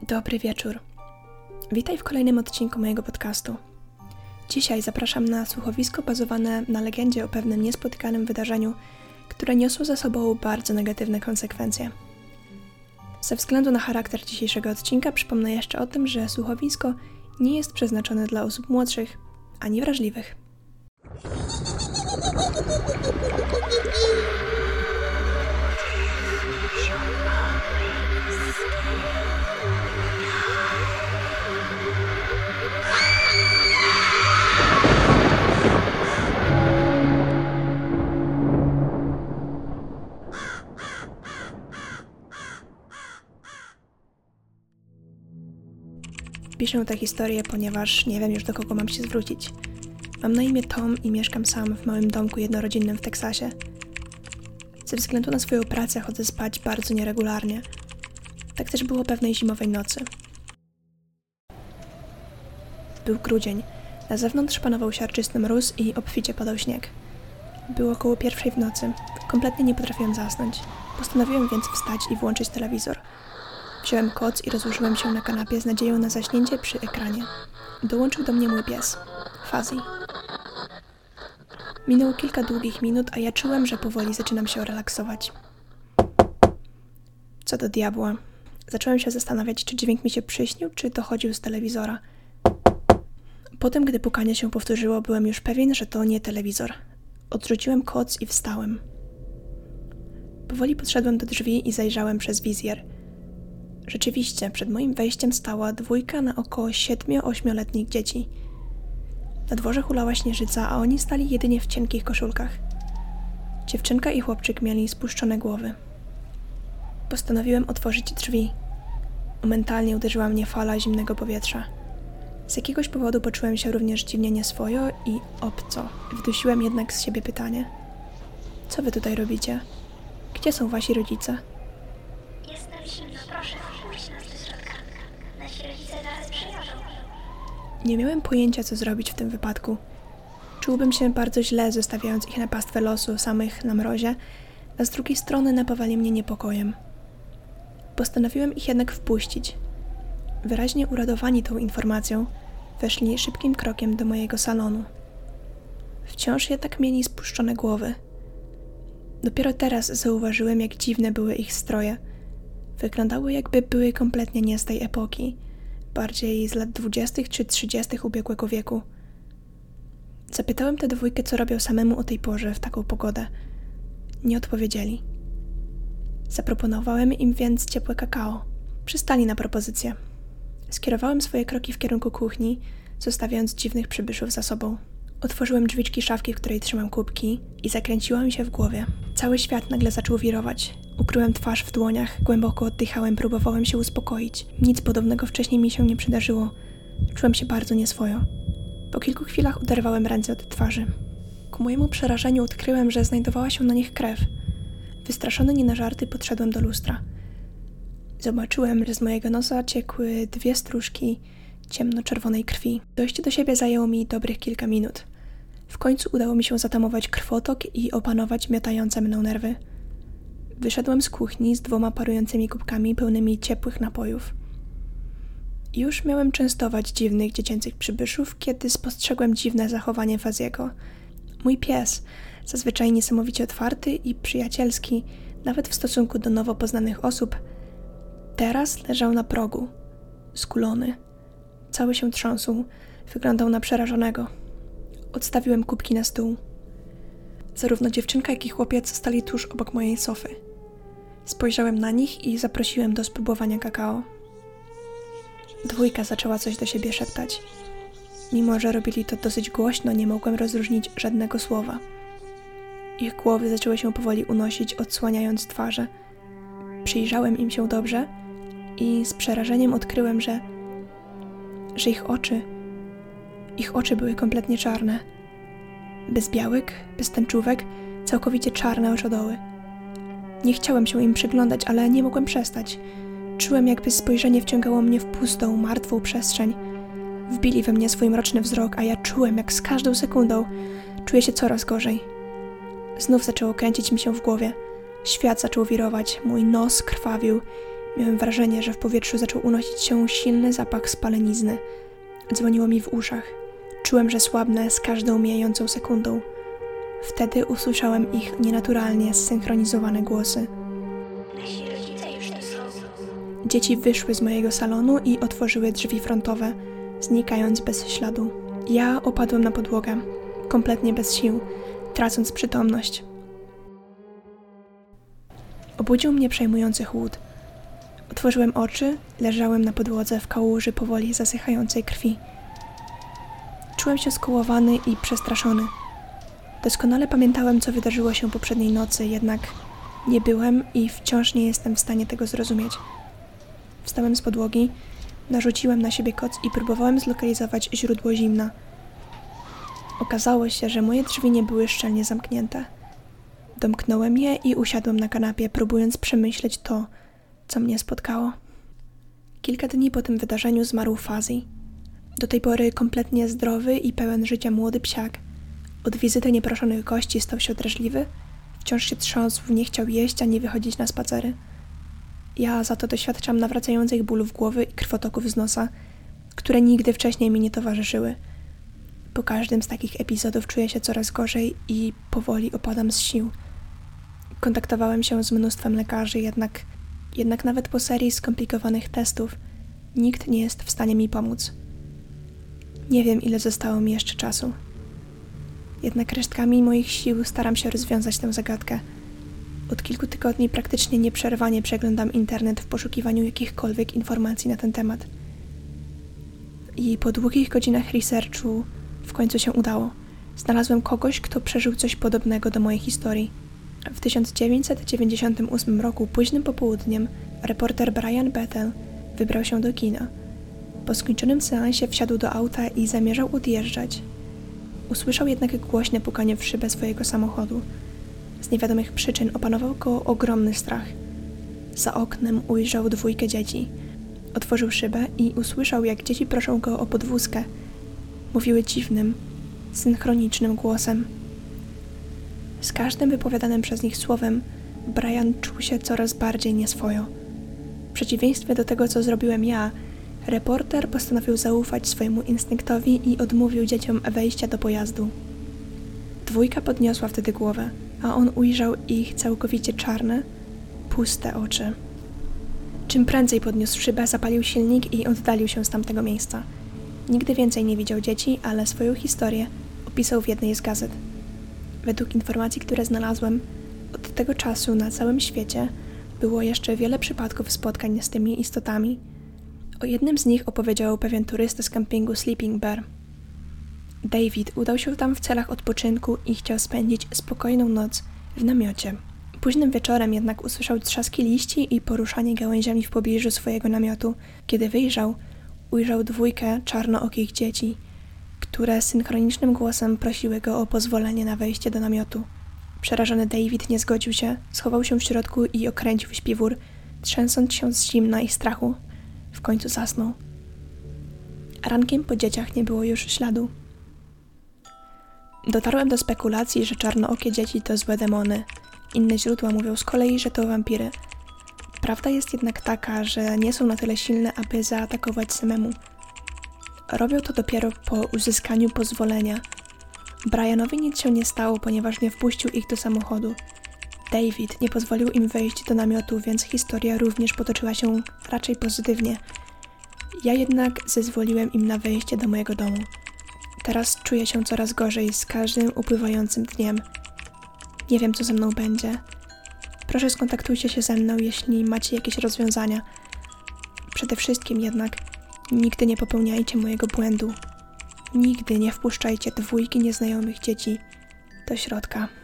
Dobry wieczór. Witaj w kolejnym odcinku mojego podcastu. Dzisiaj zapraszam na słuchowisko bazowane na legendzie o pewnym niespotykanym wydarzeniu, które niosło za sobą bardzo negatywne konsekwencje. Ze względu na charakter dzisiejszego odcinka przypomnę jeszcze o tym, że słuchowisko nie jest przeznaczone dla osób młodszych ani wrażliwych. Piszę tę historię, ponieważ nie wiem już, do kogo mam się zwrócić. Mam na imię Tom i mieszkam sam w małym domku jednorodzinnym w Teksasie. Ze względu na swoją pracę chodzę spać bardzo nieregularnie. Tak też było pewnej zimowej nocy. Był grudzień. Na zewnątrz panował siarczysty mróz i obficie padał śnieg. Było około 1:00 w nocy. Kompletnie nie potrafiłem zasnąć. Postanowiłem więc wstać i włączyć telewizor. Wziąłem koc i rozłożyłem się na kanapie z nadzieją na zaśnięcie przy ekranie. Dołączył do mnie mój pies, Fuzzy. Minęło kilka długich minut, a ja czułem, że powoli zaczynam się relaksować. Co do diabła. Zacząłem się zastanawiać, czy dźwięk mi się przyśnił, czy dochodził z telewizora. Potem, gdy pukanie się powtórzyło, byłem już pewien, że to nie telewizor. Odrzuciłem koc i wstałem. Powoli podszedłem do drzwi i zajrzałem przez wizjer. Rzeczywiście, przed moim wejściem stała dwójka na około 7-8-letnich dzieci. Na dworze hulała śnieżyca, a oni stali jedynie w cienkich koszulkach. Dziewczynka i chłopczyk mieli spuszczone głowy. Postanowiłem otworzyć drzwi. Momentalnie uderzyła mnie fala zimnego powietrza. Z jakiegoś powodu poczułem się również dziwnie nieswojo i obco. Wdusiłem jednak z siebie pytanie. Co wy tutaj robicie? Gdzie są wasi rodzice? Jestem zimno, proszę wpuść nas do środka. Nasi rodzice zaraz przyjadą. Nie miałem pojęcia, co zrobić w tym wypadku. Czułbym się bardzo źle, zostawiając ich na pastwę losu samych na mrozie, a z drugiej strony napawali mnie niepokojem. Postanowiłem ich jednak wpuścić. Wyraźnie uradowani tą informacją, weszli szybkim krokiem do mojego salonu. Wciąż jednak mieli spuszczone głowy. Dopiero teraz zauważyłem, jak dziwne były ich stroje. Wyglądały, jakby były kompletnie nie z tej epoki, bardziej z lat 20. czy 30. ubiegłego wieku. Zapytałem tę dwójkę, co robią samemu o tej porze w taką pogodę. Nie odpowiedzieli. Zaproponowałem im więc ciepłe kakao. Przystali na propozycję. Skierowałem swoje kroki w kierunku kuchni, zostawiając dziwnych przybyszów za sobą. Otworzyłem drzwiczki szafki, w której trzymam kubki i zakręciło mi się w głowie. Cały świat nagle zaczął wirować. Ukryłem twarz w dłoniach, głęboko oddychałem, próbowałem się uspokoić. Nic podobnego wcześniej mi się nie przydarzyło. Czułem się bardzo nieswojo. Po kilku chwilach oderwałem ręce od twarzy. Ku mojemu przerażeniu odkryłem, że znajdowała się na nich krew. Wystraszony nie na żarty podszedłem do lustra. Zobaczyłem, że z mojego nosa ciekły 2 stróżki ciemnoczerwonej krwi. Dojście do siebie zajęło mi dobrych kilka minut. W końcu udało mi się zatamować krwotok i opanować miotające mną nerwy. Wyszedłem z kuchni z 2 parującymi kubkami pełnymi ciepłych napojów. Już miałem częstować dziwnych dziecięcych przybyszów, kiedy spostrzegłem dziwne zachowanie Fuzzy'ego. Mój pies, zazwyczaj niesamowicie otwarty i przyjacielski, nawet w stosunku do nowo poznanych osób, teraz leżał na progu, skulony. Cały się trząsł, wyglądał na przerażonego. Odstawiłem kubki na stół. Zarówno dziewczynka, jak i chłopiec stali tuż obok mojej sofy. Spojrzałem na nich i zaprosiłem do spróbowania kakao. Dwójka zaczęła coś do siebie szeptać. Mimo że robili to dosyć głośno, nie mogłem rozróżnić żadnego słowa. Ich głowy zaczęły się powoli unosić, odsłaniając twarze. Przyjrzałem im się dobrze i z przerażeniem odkryłem, że ich oczy były kompletnie czarne. Bez białek, bez tęczówek, całkowicie czarne oczodoły. Nie chciałem się im przyglądać, ale nie mogłem przestać. Czułem, jakby spojrzenie wciągało mnie w pustą, martwą przestrzeń. Wbili we mnie swój mroczny wzrok, a ja czułem, jak z każdą sekundą czuję się coraz gorzej. Znów zaczęło kręcić mi się w głowie. Świat zaczął wirować, mój nos krwawił, Miałem wrażenie, że w powietrzu zaczął unosić się silny zapach spalenizny. Dzwoniło mi w uszach. Czułem, że słabnę z każdą mijającą sekundą. Wtedy usłyszałem ich nienaturalnie zsynchronizowane głosy. Nasi rodzice już tu są. Dzieci wyszły z mojego salonu i otworzyły drzwi frontowe, znikając bez śladu. Ja opadłem na podłogę, kompletnie bez sił, tracąc przytomność. Obudził mnie przejmujący chłód. Otworzyłem oczy, leżałem na podłodze w kałuży powoli zasychającej krwi. Czułem się skołowany i przestraszony. Doskonale pamiętałem, co wydarzyło się poprzedniej nocy, jednak nie byłem i wciąż nie jestem w stanie tego zrozumieć. Wstałem z podłogi, narzuciłem na siebie koc i próbowałem zlokalizować źródło zimna. Okazało się, że moje drzwi nie były szczelnie zamknięte. Domknąłem je i usiadłem na kanapie, próbując przemyśleć to, co mnie spotkało. Kilka dni po tym wydarzeniu zmarł Fuzzy. Do tej pory kompletnie zdrowy i pełen życia młody psiak. Od wizyty nieproszonych gości stał się drażliwy, wciąż się trząsł, nie chciał jeść ani wychodzić na spacery. Ja za to doświadczam nawracających bólów głowy i krwotoków z nosa, które nigdy wcześniej mi nie towarzyszyły. Po każdym z takich epizodów czuję się coraz gorzej i powoli opadam z sił. Kontaktowałem się z mnóstwem lekarzy, jednak nawet po serii skomplikowanych testów nikt nie jest w stanie mi pomóc. Nie wiem, ile zostało mi jeszcze czasu. Jednak resztkami moich sił staram się rozwiązać tę zagadkę. Od kilku tygodni praktycznie nieprzerwanie przeglądam internet w poszukiwaniu jakichkolwiek informacji na ten temat. I po długich godzinach researchu w końcu się udało. Znalazłem kogoś, kto przeżył coś podobnego do mojej historii. W 1998 roku, późnym popołudniem, reporter Brian Bethel wybrał się do kina. Po skończonym seansie wsiadł do auta i zamierzał odjeżdżać. Usłyszał jednak głośne pukanie w szybę swojego samochodu. Z niewiadomych przyczyn opanował go ogromny strach. Za oknem ujrzał 2 dzieci. Otworzył szybę i usłyszał, jak dzieci proszą go o podwózkę. Mówiły dziwnym, synchronicznym głosem. Z każdym wypowiadanym przez nich słowem Brian czuł się coraz bardziej nieswojo. W przeciwieństwie do tego, co zrobiłem ja, reporter postanowił zaufać swojemu instynktowi i odmówił dzieciom wejścia do pojazdu. 2 podniosła wtedy głowę, a on ujrzał ich całkowicie czarne, puste oczy. Czym prędzej podniósł szybę, zapalił silnik i oddalił się z tamtego miejsca. Nigdy więcej nie widział dzieci, ale swoją historię opisał w jednej z gazet. Według informacji, które znalazłem, od tego czasu na całym świecie było jeszcze wiele przypadków spotkań z tymi istotami. O jednym z nich opowiedział pewien turysta z kampingu Sleeping Bear. David udał się tam w celach odpoczynku i chciał spędzić spokojną noc w namiocie. Późnym wieczorem jednak usłyszał trzaski liści i poruszanie gałęziami w pobliżu swojego namiotu. Kiedy wyjrzał, ujrzał 2 czarnookich dzieci, które synchronicznym głosem prosiły go o pozwolenie na wejście do namiotu. Przerażony David nie zgodził się, schował się w środku i okręcił śpiwór, trzęsąc się z zimna i strachu. W końcu zasnął. Rankiem po dzieciach nie było już śladu. Dotarłem do spekulacji, że czarnookie dzieci to złe demony. Inne źródła mówią z kolei, że to wampiry. Prawda jest jednak taka, że nie są na tyle silne, aby zaatakować samemu. Robią to dopiero po uzyskaniu pozwolenia. Brianowi nic się nie stało, ponieważ nie wpuścił ich do samochodu. David nie pozwolił im wejść do namiotu, więc historia również potoczyła się raczej pozytywnie. Ja jednak zezwoliłem im na wejście do mojego domu. Teraz czuję się coraz gorzej z każdym upływającym dniem. Nie wiem, co ze mną będzie. Proszę, skontaktujcie się ze mną, jeśli macie jakieś rozwiązania. Przede wszystkim jednak nigdy nie popełniajcie mojego błędu. Nigdy nie wpuszczajcie 2 nieznajomych dzieci do środka.